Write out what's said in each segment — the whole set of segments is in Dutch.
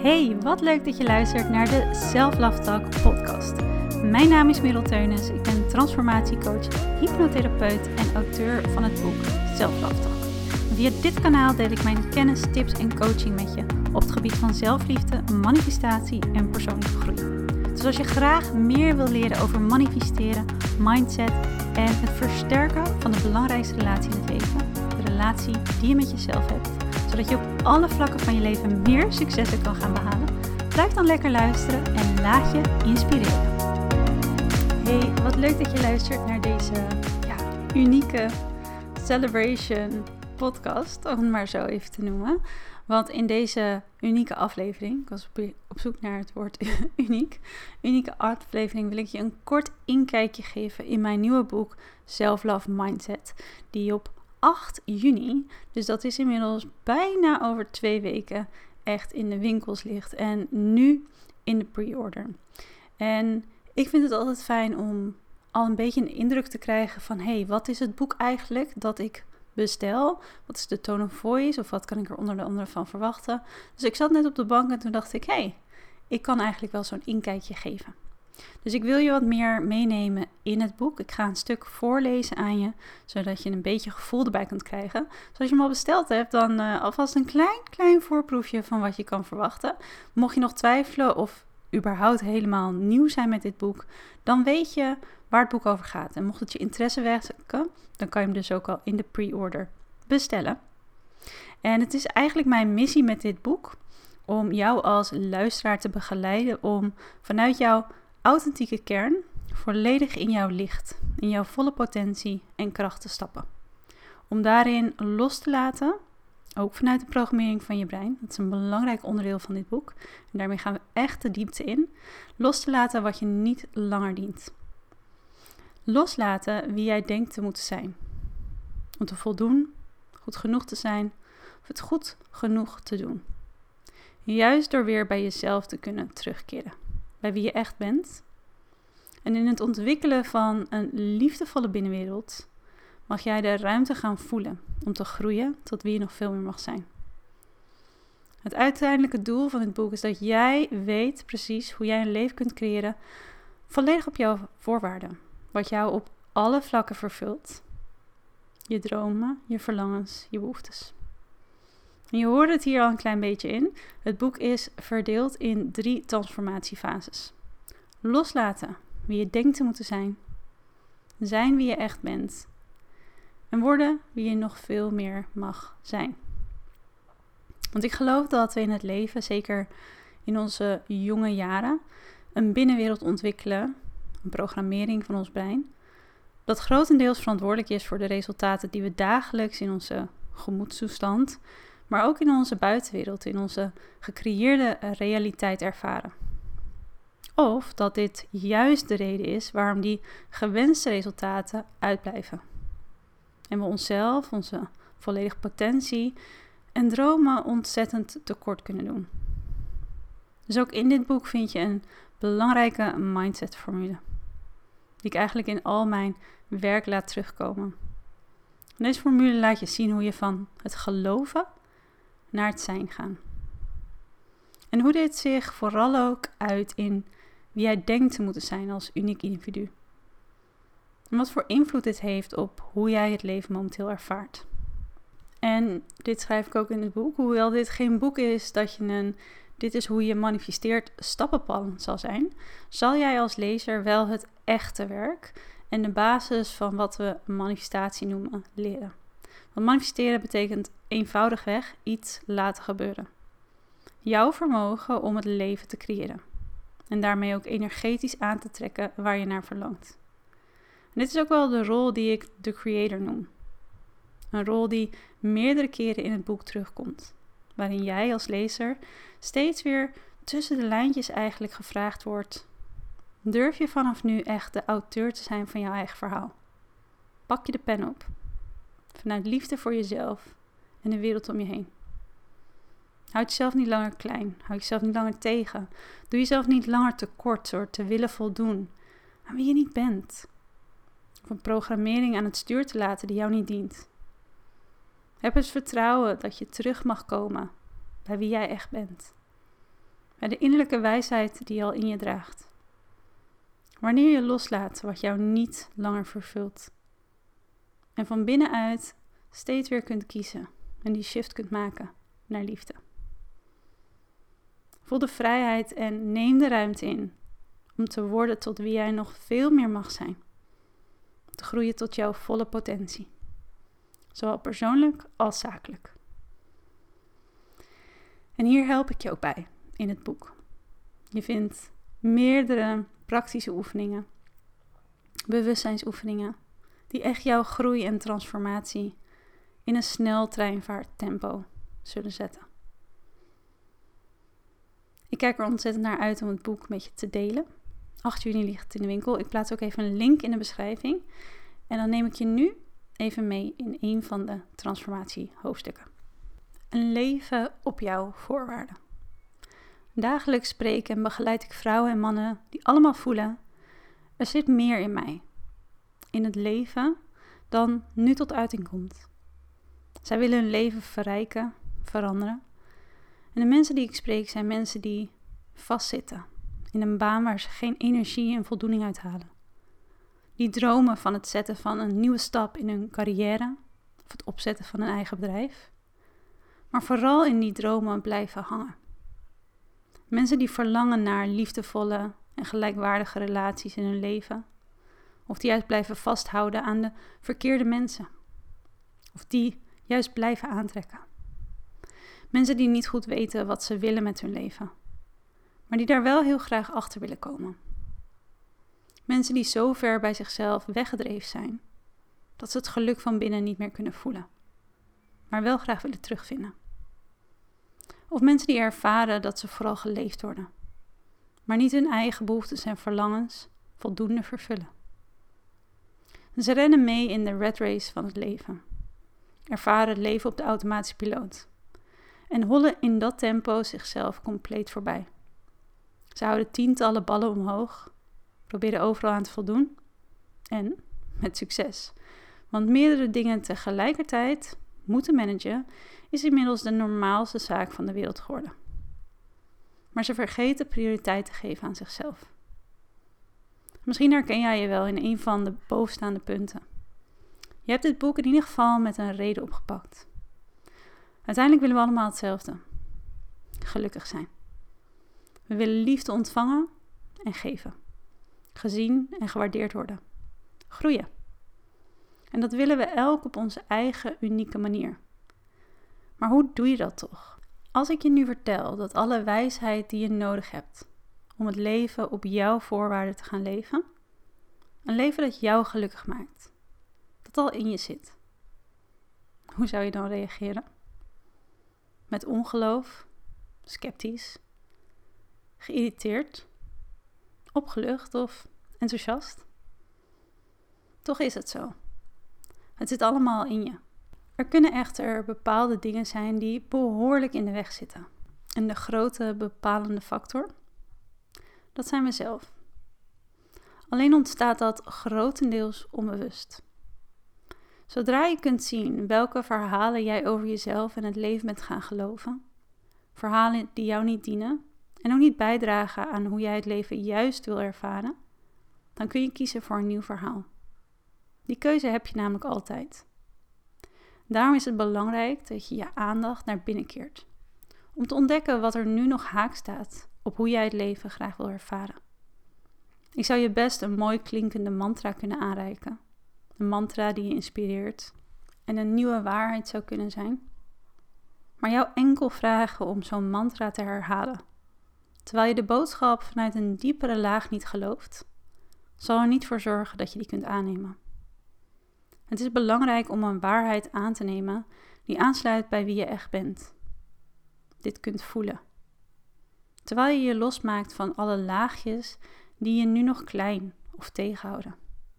Hey, wat leuk dat je luistert naar de Self Love Talk podcast. Mijn naam is Merel Teunis, ik ben transformatiecoach, hypnotherapeut en auteur van het boek Self Love Talk. Via dit kanaal deel ik mijn kennis, tips en coaching met je op het gebied van zelfliefde, manifestatie en persoonlijke groei. Dus als je graag meer wil leren over manifesteren, mindset en het versterken van de belangrijkste relatie in het leven, de relatie die je met jezelf hebt, zodat je op alle vlakken van je leven meer successen kan gaan behalen, blijf dan lekker luisteren en laat je inspireren. Hey, wat leuk dat je luistert naar deze unieke celebration podcast, om het maar zo even te noemen. Want in deze unieke aflevering, ik was op zoek naar het woord unieke aflevering, wil ik je een kort inkijkje geven in mijn nieuwe boek Self Love Mindset, die op 8 juni, dus dat is inmiddels bijna over 2 weken, echt in de winkels ligt en nu in de pre-order. En ik vind het altijd fijn om al een beetje een indruk te krijgen van hey, wat is het boek eigenlijk dat ik bestel? Wat is de tone of voice of wat kan ik er onder de andere van verwachten? Dus ik zat net op de bank en toen dacht ik, hey, ik kan eigenlijk wel zo'n inkijkje geven. Dus ik wil je wat meer meenemen in het boek. Ik ga een stuk voorlezen aan je, zodat je een beetje gevoel erbij kunt krijgen. Dus als je hem al besteld hebt, dan alvast een klein voorproefje van wat je kan verwachten. Mocht je nog twijfelen of überhaupt helemaal nieuw zijn met dit boek, dan weet je waar het boek over gaat. En mocht het je interesse wekken, dan kan je hem dus ook al in de pre-order bestellen. En het is eigenlijk mijn missie met dit boek om jou als luisteraar te begeleiden om vanuit jouw authentieke kern volledig in jouw licht, in jouw volle potentie en kracht te stappen. Om daarin los te laten, ook vanuit de programmering van je brein, dat is een belangrijk onderdeel van dit boek, en daarmee gaan we echt de diepte in, los te laten wat je niet langer dient. Loslaten wie jij denkt te moeten zijn. Om te voldoen, goed genoeg te zijn, of het goed genoeg te doen. Juist door weer bij jezelf te kunnen terugkeren. Bij wie je echt bent. En in het ontwikkelen van een liefdevolle binnenwereld mag jij de ruimte gaan voelen om te groeien tot wie je nog veel meer mag zijn. Het uiteindelijke doel van het boek is dat jij weet precies hoe jij een leven kunt creëren volledig op jouw voorwaarden. Wat jou op alle vlakken vervult. Je dromen, je verlangens, je behoeftes. En je hoort het hier al een klein beetje in. Het boek is verdeeld in 3 transformatiefases. Loslaten wie je denkt te moeten zijn. Zijn wie je echt bent. En worden wie je nog veel meer mag zijn. Want ik geloof dat we in het leven, zeker in onze jonge jaren, een binnenwereld ontwikkelen, een programmering van ons brein, dat grotendeels verantwoordelijk is voor de resultaten die we dagelijks in onze gemoedstoestand, maar ook in onze buitenwereld, in onze gecreëerde realiteit ervaren. Of dat dit juist de reden is waarom die gewenste resultaten uitblijven. En we onszelf, onze volledige potentie en dromen ontzettend tekort kunnen doen. Dus ook in dit boek vind je een belangrijke mindset-formule, die ik eigenlijk in al mijn werk laat terugkomen. En deze formule laat je zien hoe je van het geloven naar het zijn gaan. En hoe dit zich vooral ook uit in wie jij denkt te moeten zijn als uniek individu. En wat voor invloed dit heeft op hoe jij het leven momenteel ervaart. En dit schrijf ik ook in het boek. Hoewel dit geen boek is dat je dit is hoe je manifesteert stappenplan zal zijn, zal jij als lezer wel het echte werk en de basis van wat we manifestatie noemen leren. Want manifesteren betekent eenvoudigweg iets laten gebeuren. Jouw vermogen om het leven te creëren. En daarmee ook energetisch aan te trekken waar je naar verlangt. En dit is ook wel de rol die ik de creator noem. Een rol die meerdere keren in het boek terugkomt. Waarin jij als lezer steeds weer tussen de lijntjes eigenlijk gevraagd wordt: durf je vanaf nu echt de auteur te zijn van jouw eigen verhaal? Pak je de pen op. Vanuit liefde voor jezelf en de wereld om je heen. Houd jezelf niet langer klein. Houd jezelf niet langer tegen. Doe jezelf niet langer tekort door te willen voldoen aan wie je niet bent. Of een programmering aan het stuur te laten die jou niet dient. Heb het vertrouwen dat je terug mag komen bij wie jij echt bent. De innerlijke wijsheid die je al in je draagt. Wanneer je loslaat wat jou niet langer vervult. En van binnenuit steeds weer kunt kiezen en die shift kunt maken naar liefde. Voel de vrijheid en neem de ruimte in om te worden tot wie jij nog veel meer mag zijn. Te groeien tot jouw volle potentie. Zowel persoonlijk als zakelijk. En hier help ik je ook bij in het boek. Je vindt meerdere praktische oefeningen, bewustzijnsoefeningen, die echt jouw groei en transformatie in een sneltreinvaarttempo zullen zetten. Ik kijk er ontzettend naar uit om het boek met je te delen. 8 juni ligt het in de winkel. Ik plaats ook even een link in de beschrijving. En dan neem ik je nu even mee in een van de transformatiehoofdstukken. Een leven op jouw voorwaarden. Dagelijks spreek en begeleid ik vrouwen en mannen die allemaal voelen: er zit meer in mij, in het leven, dan nu tot uiting komt. Zij willen hun leven verrijken, veranderen. En de mensen die ik spreek zijn mensen die vastzitten in een baan waar ze geen energie en voldoening uit halen. Die dromen van het zetten van een nieuwe stap in hun carrière of het opzetten van een eigen bedrijf. Maar vooral in die dromen blijven hangen. Mensen die verlangen naar liefdevolle en gelijkwaardige relaties in hun leven. Of die juist blijven vasthouden aan de verkeerde mensen. Of die juist blijven aantrekken. Mensen die niet goed weten wat ze willen met hun leven. Maar die daar wel heel graag achter willen komen. Mensen die zo ver bij zichzelf weggedreven zijn, dat ze het geluk van binnen niet meer kunnen voelen. Maar wel graag willen terugvinden. Of mensen die ervaren dat ze vooral geleefd worden. Maar niet hun eigen behoeftes en verlangens voldoende vervullen. Ze rennen mee in de rat race van het leven. Ervaren het leven op de automatische piloot. En hollen in dat tempo zichzelf compleet voorbij. Ze houden tientallen ballen omhoog. Proberen overal aan te voldoen. En met succes. Want meerdere dingen tegelijkertijd moeten managen is inmiddels de normaalste zaak van de wereld geworden. Maar ze vergeten prioriteit te geven aan zichzelf. Misschien herken jij je wel in een van de bovenstaande punten. Je hebt dit boek in ieder geval met een reden opgepakt. Uiteindelijk willen we allemaal hetzelfde. Gelukkig zijn. We willen liefde ontvangen en geven. Gezien en gewaardeerd worden. Groeien. En dat willen we elk op onze eigen unieke manier. Maar hoe doe je dat toch? Als ik je nu vertel dat alle wijsheid die je nodig hebt om het leven op jouw voorwaarden te gaan leven, een leven dat jou gelukkig maakt, dat al in je zit. Hoe zou je dan reageren? Met ongeloof, sceptisch, geïrriteerd, opgelucht of enthousiast? Toch is het zo. Het zit allemaal in je. Er kunnen echter bepaalde dingen zijn die behoorlijk in de weg zitten. En de grote bepalende factor, dat zijn we zelf. Alleen ontstaat dat grotendeels onbewust. Zodra je kunt zien welke verhalen jij over jezelf en het leven bent gaan geloven, verhalen die jou niet dienen en ook niet bijdragen aan hoe jij het leven juist wil ervaren, dan kun je kiezen voor een nieuw verhaal. Die keuze heb je namelijk altijd. Daarom is het belangrijk dat je je aandacht naar binnen keert. Om te ontdekken wat er nu nog haak staat op hoe jij het leven graag wil ervaren. Ik zou je best een mooi klinkende mantra kunnen aanreiken. Een mantra die je inspireert en een nieuwe waarheid zou kunnen zijn. Maar jou enkel vragen om zo'n mantra te herhalen, terwijl je de boodschap vanuit een diepere laag niet gelooft, zal er niet voor zorgen dat je die kunt aannemen. Het is belangrijk om een waarheid aan te nemen die aansluit bij wie je echt bent. Dit kunt voelen. Terwijl je je losmaakt van alle laagjes die je nu nog klein of tegenhouden.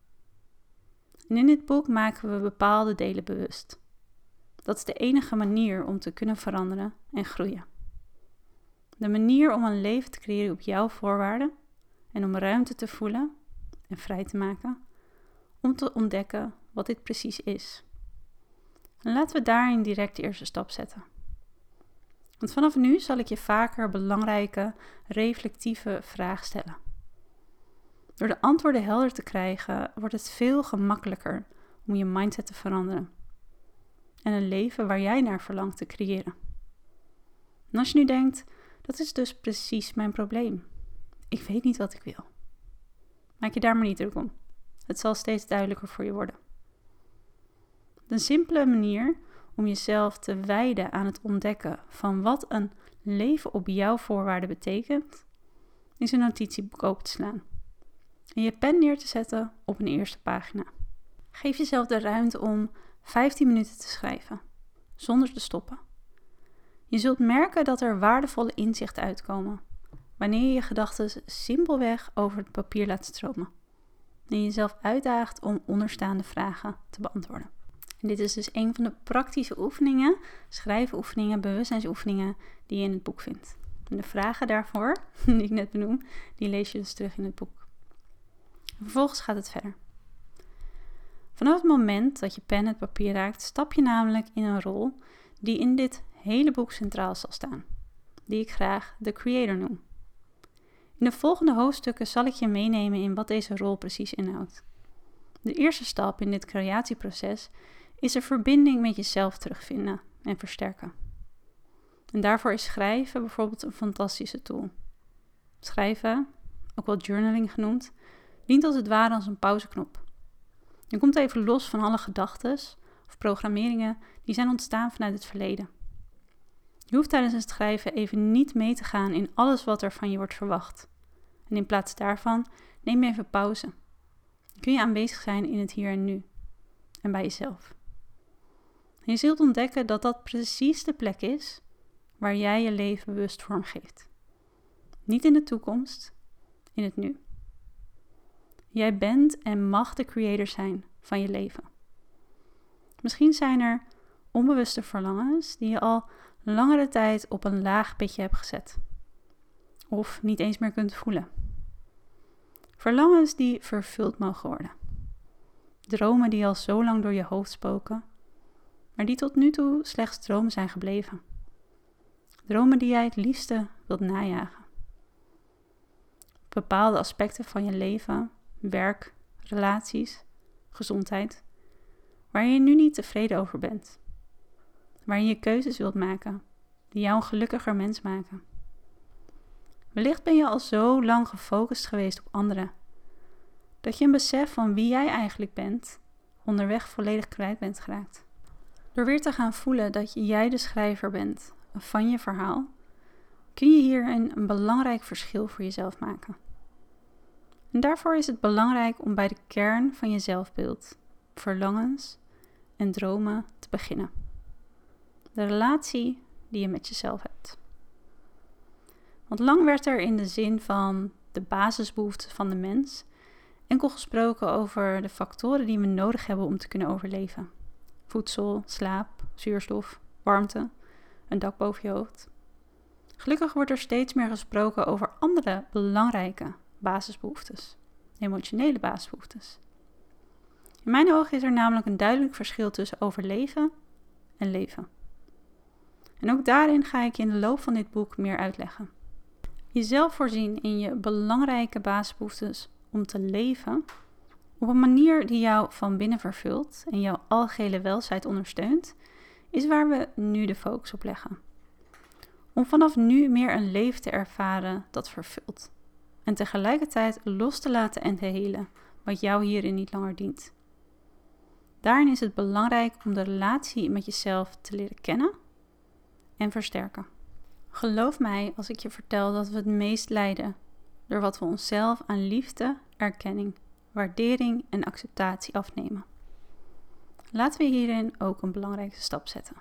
En in dit boek maken we bepaalde delen bewust. Dat is de enige manier om te kunnen veranderen en groeien. De manier om een leven te creëren op jouw voorwaarden en om ruimte te voelen en vrij te maken om te ontdekken wat dit precies is. En laten we daarin direct de eerste stap zetten. Want vanaf nu zal ik je vaker belangrijke, reflectieve vragen stellen. Door de antwoorden helder te krijgen, wordt het veel gemakkelijker om je mindset te veranderen. En een leven waar jij naar verlangt te creëren. En als je nu denkt, dat is dus precies mijn probleem. Ik weet niet wat ik wil. Maak je daar maar niet druk om. Het zal steeds duidelijker voor je worden. Een simpele manier om jezelf te wijden aan het ontdekken van wat een leven op jouw voorwaarden betekent, is een notitieboek open te slaan. En je pen neer te zetten op een eerste pagina. Geef jezelf de ruimte om 15 minuten te schrijven, zonder te stoppen. Je zult merken dat er waardevolle inzichten uitkomen, wanneer je je gedachten simpelweg over het papier laat stromen. En jezelf uitdaagt om onderstaande vragen te beantwoorden. En dit is dus een van de praktische oefeningen, schrijfoefeningen, bewustzijnsoefeningen die je in het boek vindt. En de vragen daarvoor, die ik net benoem, die lees je dus terug in het boek. En vervolgens gaat het verder. Vanaf het moment dat je pen het papier raakt, stap je namelijk in een rol die in dit hele boek centraal zal staan. Die ik graag de creator noem. In de volgende hoofdstukken zal ik je meenemen in wat deze rol precies inhoudt. De eerste stap in dit creatieproces is de verbinding met jezelf terugvinden en versterken. En daarvoor is schrijven bijvoorbeeld een fantastische tool. Schrijven, ook wel journaling genoemd, dient als het ware als een pauzeknop. Je komt even los van alle gedachten of programmeringen die zijn ontstaan vanuit het verleden. Je hoeft tijdens het schrijven even niet mee te gaan in alles wat er van je wordt verwacht. En in plaats daarvan neem je even pauze. Kun je aanwezig zijn in het hier en nu en bij jezelf. En je zult ontdekken dat dat precies de plek is waar jij je leven bewust vormgeeft. Niet in de toekomst, in het nu. Jij bent en mag de creator zijn van je leven. Misschien zijn er onbewuste verlangens die je al langere tijd op een laag pitje hebt gezet. Of niet eens meer kunt voelen. Verlangens die vervuld mogen worden. Dromen die al zo lang door je hoofd spoken, maar die tot nu toe slechts dromen zijn gebleven. Dromen die jij het liefste wilt najagen. Bepaalde aspecten van je leven, werk, relaties, gezondheid, waar je nu niet tevreden over bent. Waarin je keuzes wilt maken die jou een gelukkiger mens maken. Wellicht ben je al zo lang gefocust geweest op anderen, dat je een besef van wie jij eigenlijk bent, onderweg volledig kwijt bent geraakt. Door weer te gaan voelen dat jij de schrijver bent van je verhaal, kun je hier een belangrijk verschil voor jezelf maken. En daarvoor is het belangrijk om bij de kern van je zelfbeeld, verlangens en dromen te beginnen. De relatie die je met jezelf hebt. Want lang werd er in de zin van de basisbehoeften van de mens enkel gesproken over de factoren die we nodig hebben om te kunnen overleven. Voedsel, slaap, zuurstof, warmte, een dak boven je hoofd. Gelukkig wordt er steeds meer gesproken over andere belangrijke basisbehoeftes, emotionele basisbehoeftes. In mijn ogen is er namelijk een duidelijk verschil tussen overleven en leven. En ook daarin ga ik je in de loop van dit boek meer uitleggen. Jezelf voorzien in je belangrijke basisbehoeftes om te leven op een manier die jou van binnen vervult en jouw algehele welzijn ondersteunt, is waar we nu de focus op leggen. Om vanaf nu meer een leven te ervaren dat vervult. En tegelijkertijd los te laten en te helen wat jou hierin niet langer dient. Daarin is het belangrijk om de relatie met jezelf te leren kennen en versterken. Geloof mij als ik je vertel dat we het meest lijden door wat we onszelf aan liefde, erkenning, waardering en acceptatie afnemen. Laten we hierin ook een belangrijke stap zetten.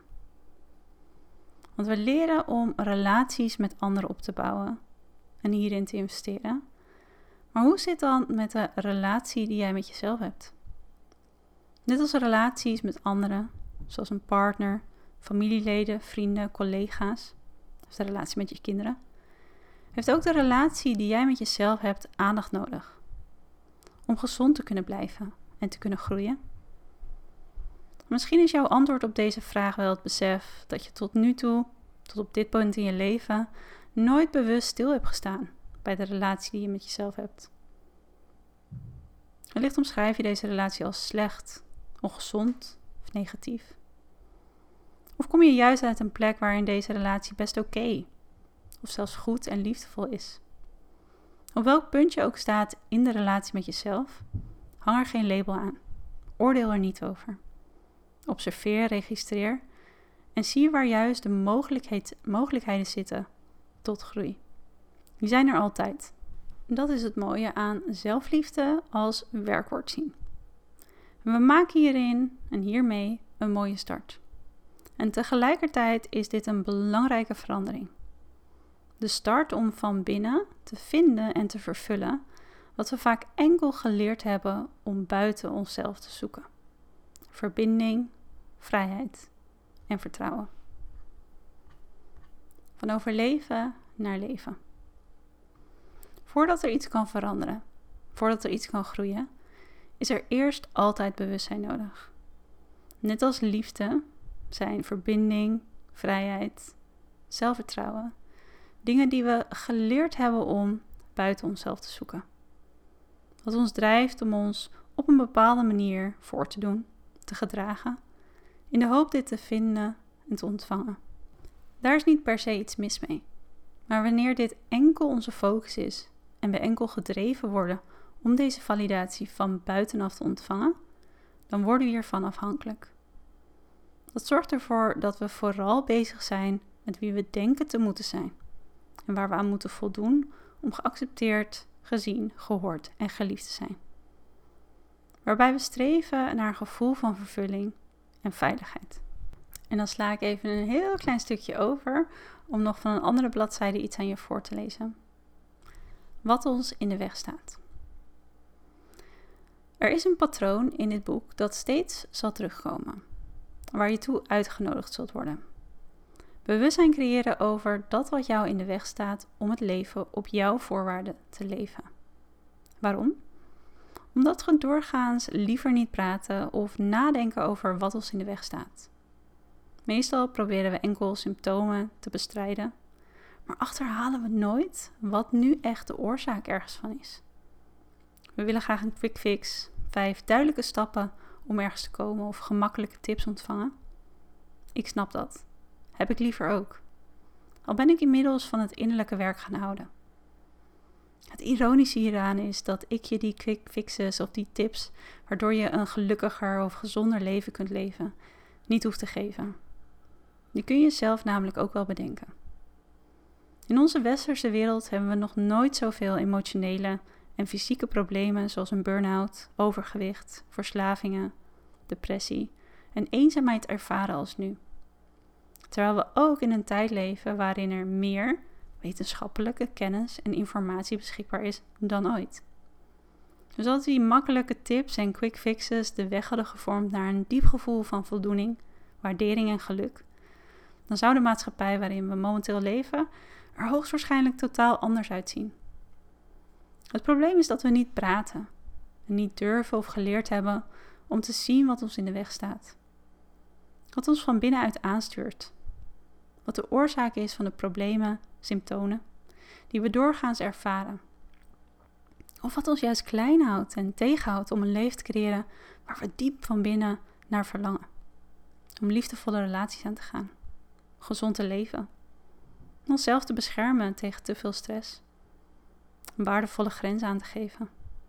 Want we leren om relaties met anderen op te bouwen en hierin te investeren. Maar hoe zit dan met de relatie die jij met jezelf hebt? Net als relaties met anderen, zoals een partner, familieleden, vrienden, collega's, of de relatie met je kinderen, heeft ook de relatie die jij met jezelf hebt aandacht nodig. Om gezond te kunnen blijven en te kunnen groeien. Misschien is jouw antwoord op deze vraag wel het besef dat je tot nu toe tot op dit punt in je leven nooit bewust stil hebt gestaan bij de relatie die je met jezelf hebt. Wellicht omschrijf je deze relatie als slecht, ongezond of negatief. Of kom je juist uit een plek waarin deze relatie best oké, of zelfs goed en liefdevol is. Op welk punt je ook staat in de relatie met jezelf, hang er geen label aan. Oordeel er niet over. Observeer, registreer en zie waar juist de mogelijkheden zitten tot groei. Die zijn er altijd. Dat is het mooie aan zelfliefde als werkwoord zien. We maken hierin en hiermee een mooie start. En tegelijkertijd is dit een belangrijke verandering. De start om van binnen te vinden en te vervullen wat we vaak enkel geleerd hebben om buiten onszelf te zoeken. Verbinding, vrijheid en vertrouwen. Van overleven naar leven. Voordat er iets kan veranderen, voordat er iets kan groeien, is er eerst altijd bewustzijn nodig. Net als liefde zijn verbinding, vrijheid, zelfvertrouwen, dingen die we geleerd hebben om buiten onszelf te zoeken. Wat ons drijft om ons op een bepaalde manier voor te doen, te gedragen, in de hoop dit te vinden en te ontvangen. Daar is niet per se iets mis mee. Maar wanneer dit enkel onze focus is en we enkel gedreven worden om deze validatie van buitenaf te ontvangen, dan worden we hiervan afhankelijk. Dat zorgt ervoor dat we vooral bezig zijn met wie we denken te moeten zijn en waar we aan moeten voldoen om geaccepteerd, gezien, gehoord en geliefd te zijn. Waarbij we streven naar een gevoel van vervulling en veiligheid. En dan sla ik even een heel klein stukje over om nog van een andere bladzijde iets aan je voor te lezen. Wat ons in de weg staat. Er is een patroon in dit boek dat steeds zal terugkomen, waar je toe uitgenodigd zult worden. Bewustzijn creëren over dat wat jou in de weg staat om het leven op jouw voorwaarden te leven. Waarom? Omdat we doorgaans liever niet praten of nadenken over wat ons in de weg staat. Meestal proberen we enkel symptomen te bestrijden, maar achterhalen we nooit wat nu echt de oorzaak ergens van is. We willen graag een quick fix, 5 duidelijke stappen om ergens te komen of gemakkelijke tips ontvangen. Ik snap dat. Heb ik liever ook. Al ben ik inmiddels van het innerlijke werk gaan houden. Het ironische hieraan is dat ik je die quick fixes of die tips, waardoor je een gelukkiger of gezonder leven kunt leven, niet hoeft te geven. Die kun je zelf namelijk ook wel bedenken. In onze westerse wereld hebben we nog nooit zoveel emotionele en fysieke problemen zoals een burn-out, overgewicht, verslavingen, depressie en eenzaamheid ervaren als nu. Terwijl we ook in een tijd leven waarin er meer wetenschappelijke kennis en informatie beschikbaar is dan ooit. Dus als die makkelijke tips en quick fixes de weg hadden gevormd naar een diep gevoel van voldoening, waardering en geluk, dan zou de maatschappij waarin we momenteel leven er hoogstwaarschijnlijk totaal anders uitzien. Het probleem is dat we niet praten en niet durven of geleerd hebben om te zien wat ons in de weg staat. Wat ons van binnenuit aanstuurt. Wat de oorzaak is van de problemen, symptomen die we doorgaans ervaren. Of wat ons juist klein houdt en tegenhoudt om een leven te creëren waar we diep van binnen naar verlangen. Om liefdevolle relaties aan te gaan. Gezond te leven. Onszelf te beschermen tegen te veel stress. Een waardevolle grens aan te geven.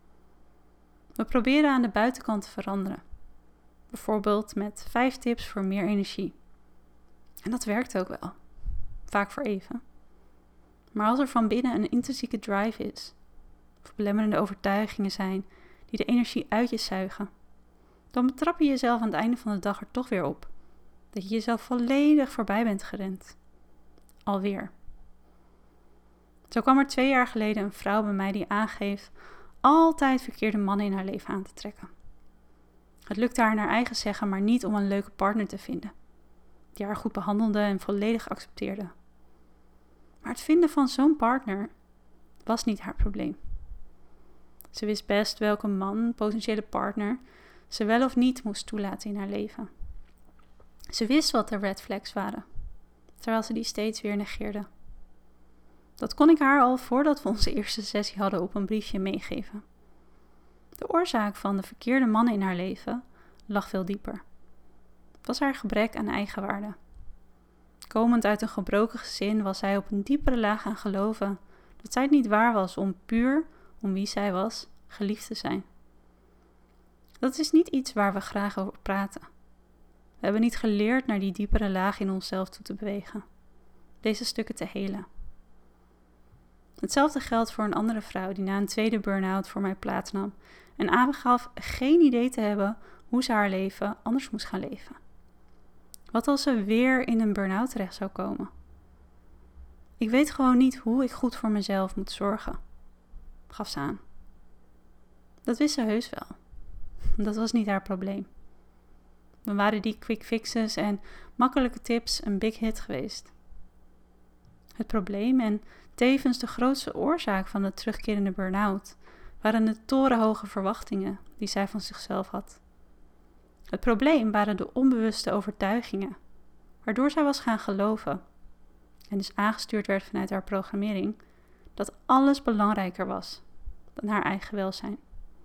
We proberen aan de buitenkant te veranderen. Bijvoorbeeld met 5 tips voor meer energie. En dat werkt ook wel. Vaak voor even. Maar als er van binnen een intrinsieke drive is, of belemmerende overtuigingen zijn die de energie uit je zuigen, dan betrap je jezelf aan het einde van de dag er toch weer op. Dat je jezelf volledig voorbij bent gerend. Alweer. Zo kwam er 2 jaar geleden een vrouw bij mij die aangeeft altijd verkeerde mannen in haar leven aan te trekken. Het lukte haar naar eigen zeggen maar niet om een leuke partner te vinden, die haar goed behandelde en volledig accepteerde. Maar het vinden van zo'n partner was niet haar probleem. Ze wist best welke man, potentiële partner, ze wel of niet moest toelaten in haar leven. Ze wist wat de red flags waren. terwijl ze die steeds weer negeerde. Dat kon ik haar al voordat we onze eerste sessie hadden op een briefje meegeven. De oorzaak van de verkeerde mannen in haar leven lag veel dieper. Het was haar gebrek aan eigenwaarde. Komend uit een gebroken gezin was zij op een diepere laag gaan geloven dat zij het niet waar was om puur, om wie zij was, geliefd te zijn. Dat is niet iets waar we graag over praten. We hebben niet geleerd naar die diepere laag in onszelf toe te bewegen. Deze stukken te helen. Hetzelfde geldt voor een andere vrouw die na een tweede burn-out voor mij plaatsnam en aangaf geen idee te hebben hoe ze haar leven anders moest gaan leven. Wat als ze weer in een burn-out terecht zou komen? Ik weet gewoon niet hoe ik goed voor mezelf moet zorgen, gaf ze aan. Dat wist ze heus wel. Dat was niet haar probleem. Dan waren die quick fixes en makkelijke tips een big hit geweest. Het probleem en tevens de grootste oorzaak van de terugkerende burn-out waren de torenhoge verwachtingen die zij van zichzelf had. Het probleem waren de onbewuste overtuigingen, waardoor zij was gaan geloven, en dus aangestuurd werd vanuit haar programmering, dat alles belangrijker was dan haar eigen welzijn.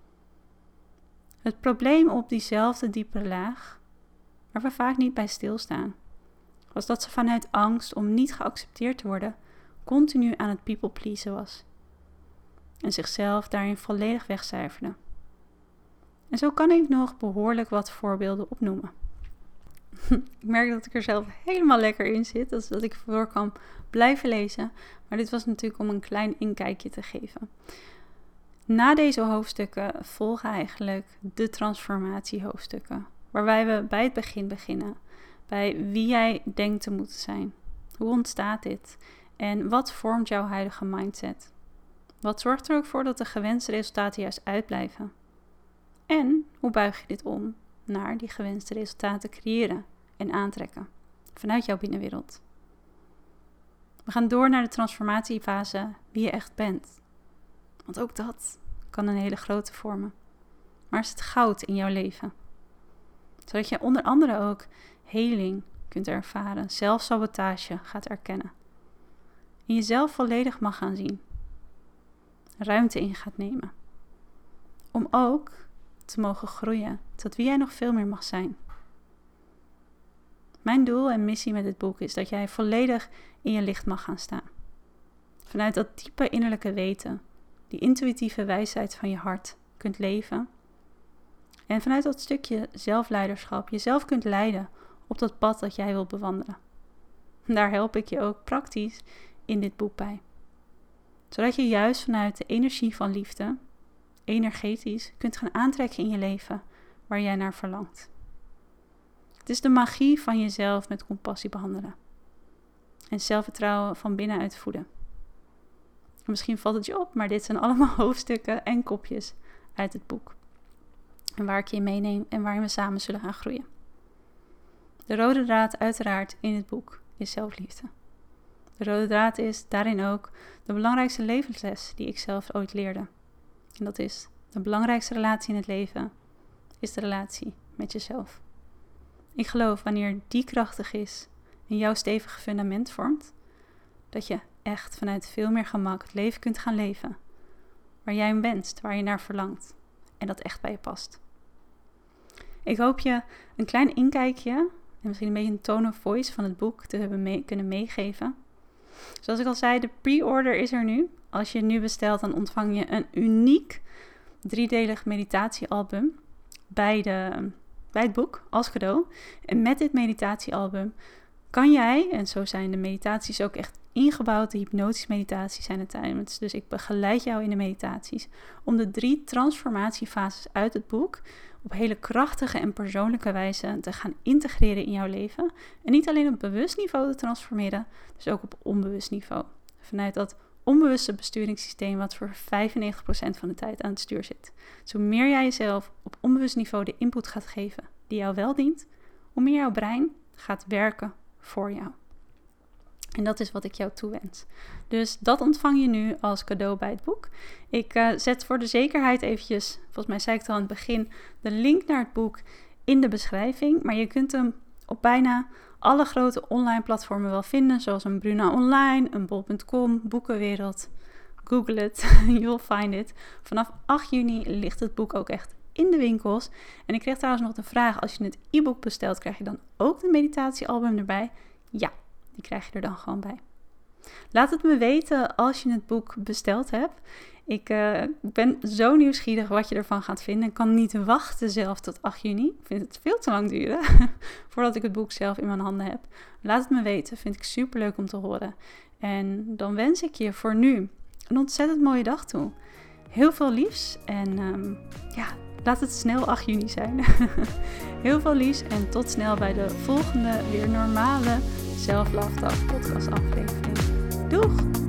Het probleem op diezelfde diepere laag, waar we vaak niet bij stilstaan, was dat ze vanuit angst om niet geaccepteerd te worden, continu aan het people pleasen was. En zichzelf daarin volledig wegcijferde. En zo kan ik nog behoorlijk wat voorbeelden opnoemen. Ik merk dat ik er zelf helemaal lekker in zit, dus dat ik voor kan blijven lezen. Maar dit was natuurlijk om een klein inkijkje te geven. Na deze hoofdstukken volgen eigenlijk de transformatiehoofdstukken, waarbij we bij het begin beginnen. Bij wie jij denkt te moeten zijn. Hoe ontstaat dit? En wat vormt jouw huidige mindset? Wat zorgt er ook voor dat de gewenste resultaten juist uitblijven? En hoe buig je dit om naar die gewenste resultaten creëren en aantrekken vanuit jouw binnenwereld? We gaan door naar de transformatiefase wie je echt bent. Want ook dat kan een hele grote vormen. Maar is het goud in jouw leven? Zodat je onder andere ook heling kunt ervaren, zelfsabotage gaat erkennen. En jezelf volledig mag gaan zien. Ruimte in gaat nemen. Om ook te mogen groeien tot wie jij nog veel meer mag zijn. Mijn doel en missie met dit boek is dat jij volledig in je licht mag gaan staan. Vanuit dat diepe innerlijke weten, die intuïtieve wijsheid van je hart kunt leven. En vanuit dat stukje zelfleiderschap jezelf kunt leiden op dat pad dat jij wilt bewandelen. Daar help ik je ook praktisch in dit boek bij. Zodat je juist vanuit de energie van liefde, energetisch, kunt gaan aantrekken in je leven waar jij naar verlangt. Het is de magie van jezelf met compassie behandelen. En zelfvertrouwen van binnenuit voeden. En misschien valt het je op, maar dit zijn allemaal hoofdstukken en kopjes uit het boek. En waar ik je meeneem en waarin we samen zullen gaan groeien. De rode draad uiteraard in het boek is zelfliefde. De rode draad is daarin ook de belangrijkste levensles die ik zelf ooit leerde. En dat is de belangrijkste relatie in het leven is de relatie met jezelf. Ik geloof wanneer die krachtig is en jouw stevige fundament vormt, dat je echt vanuit veel meer gemak het leven kunt gaan leven. Waar jij hem wenst, waar je naar verlangt. En dat echt bij je past. Ik hoop je een klein inkijkje en misschien een beetje een tone of voice van het boek te hebben kunnen meegeven. Zoals ik al zei, de pre-order is er nu. Als je het nu bestelt, dan ontvang je een uniek 3-delig meditatiealbum bij het boek als cadeau. En met dit meditatiealbum kan jij, en zo zijn de meditaties ook echt ingebouwd, de hypnotische meditaties zijn het tijdens. Dus ik begeleid jou in de meditaties om de 3 transformatiefases uit het boek op hele krachtige en persoonlijke wijze te gaan integreren in jouw leven. En niet alleen op bewust niveau te transformeren, dus ook op onbewust niveau. Vanuit dat onbewuste besturingssysteem wat voor 95% van de tijd aan het stuur zit. Dus hoe meer jij jezelf op onbewust niveau de input gaat geven die jou wel dient, hoe meer jouw brein gaat werken voor jou. En dat is wat ik jou toewens. Dus dat ontvang je nu als cadeau bij het boek. Ik zet voor de zekerheid eventjes, volgens mij zei ik het al aan het begin, de link naar het boek in de beschrijving. Maar je kunt hem op bijna alle grote online platformen wel vinden, zoals een Bruna Online, een bol.com, Boekenwereld. Google het, you'll find it. Vanaf 8 juni ligt het boek ook echt in de winkels. En ik kreeg trouwens nog de vraag, als je het e-book bestelt, krijg je dan ook de meditatiealbum erbij? Ja, die krijg je er dan gewoon bij. Laat het me weten als je het boek besteld hebt. Ik ben zo nieuwsgierig wat je ervan gaat vinden. Ik kan niet wachten zelf tot 8 juni. Ik vind het veel te lang duren voordat ik het boek zelf in mijn handen heb. Laat het me weten, vind ik super leuk om te horen. En dan wens ik je voor nu een ontzettend mooie dag toe. Heel veel liefs en laat het snel 8 juni zijn. Heel veel liefs en tot snel bij de volgende weer normale Self Love Talk podcast aflevering. Doeg!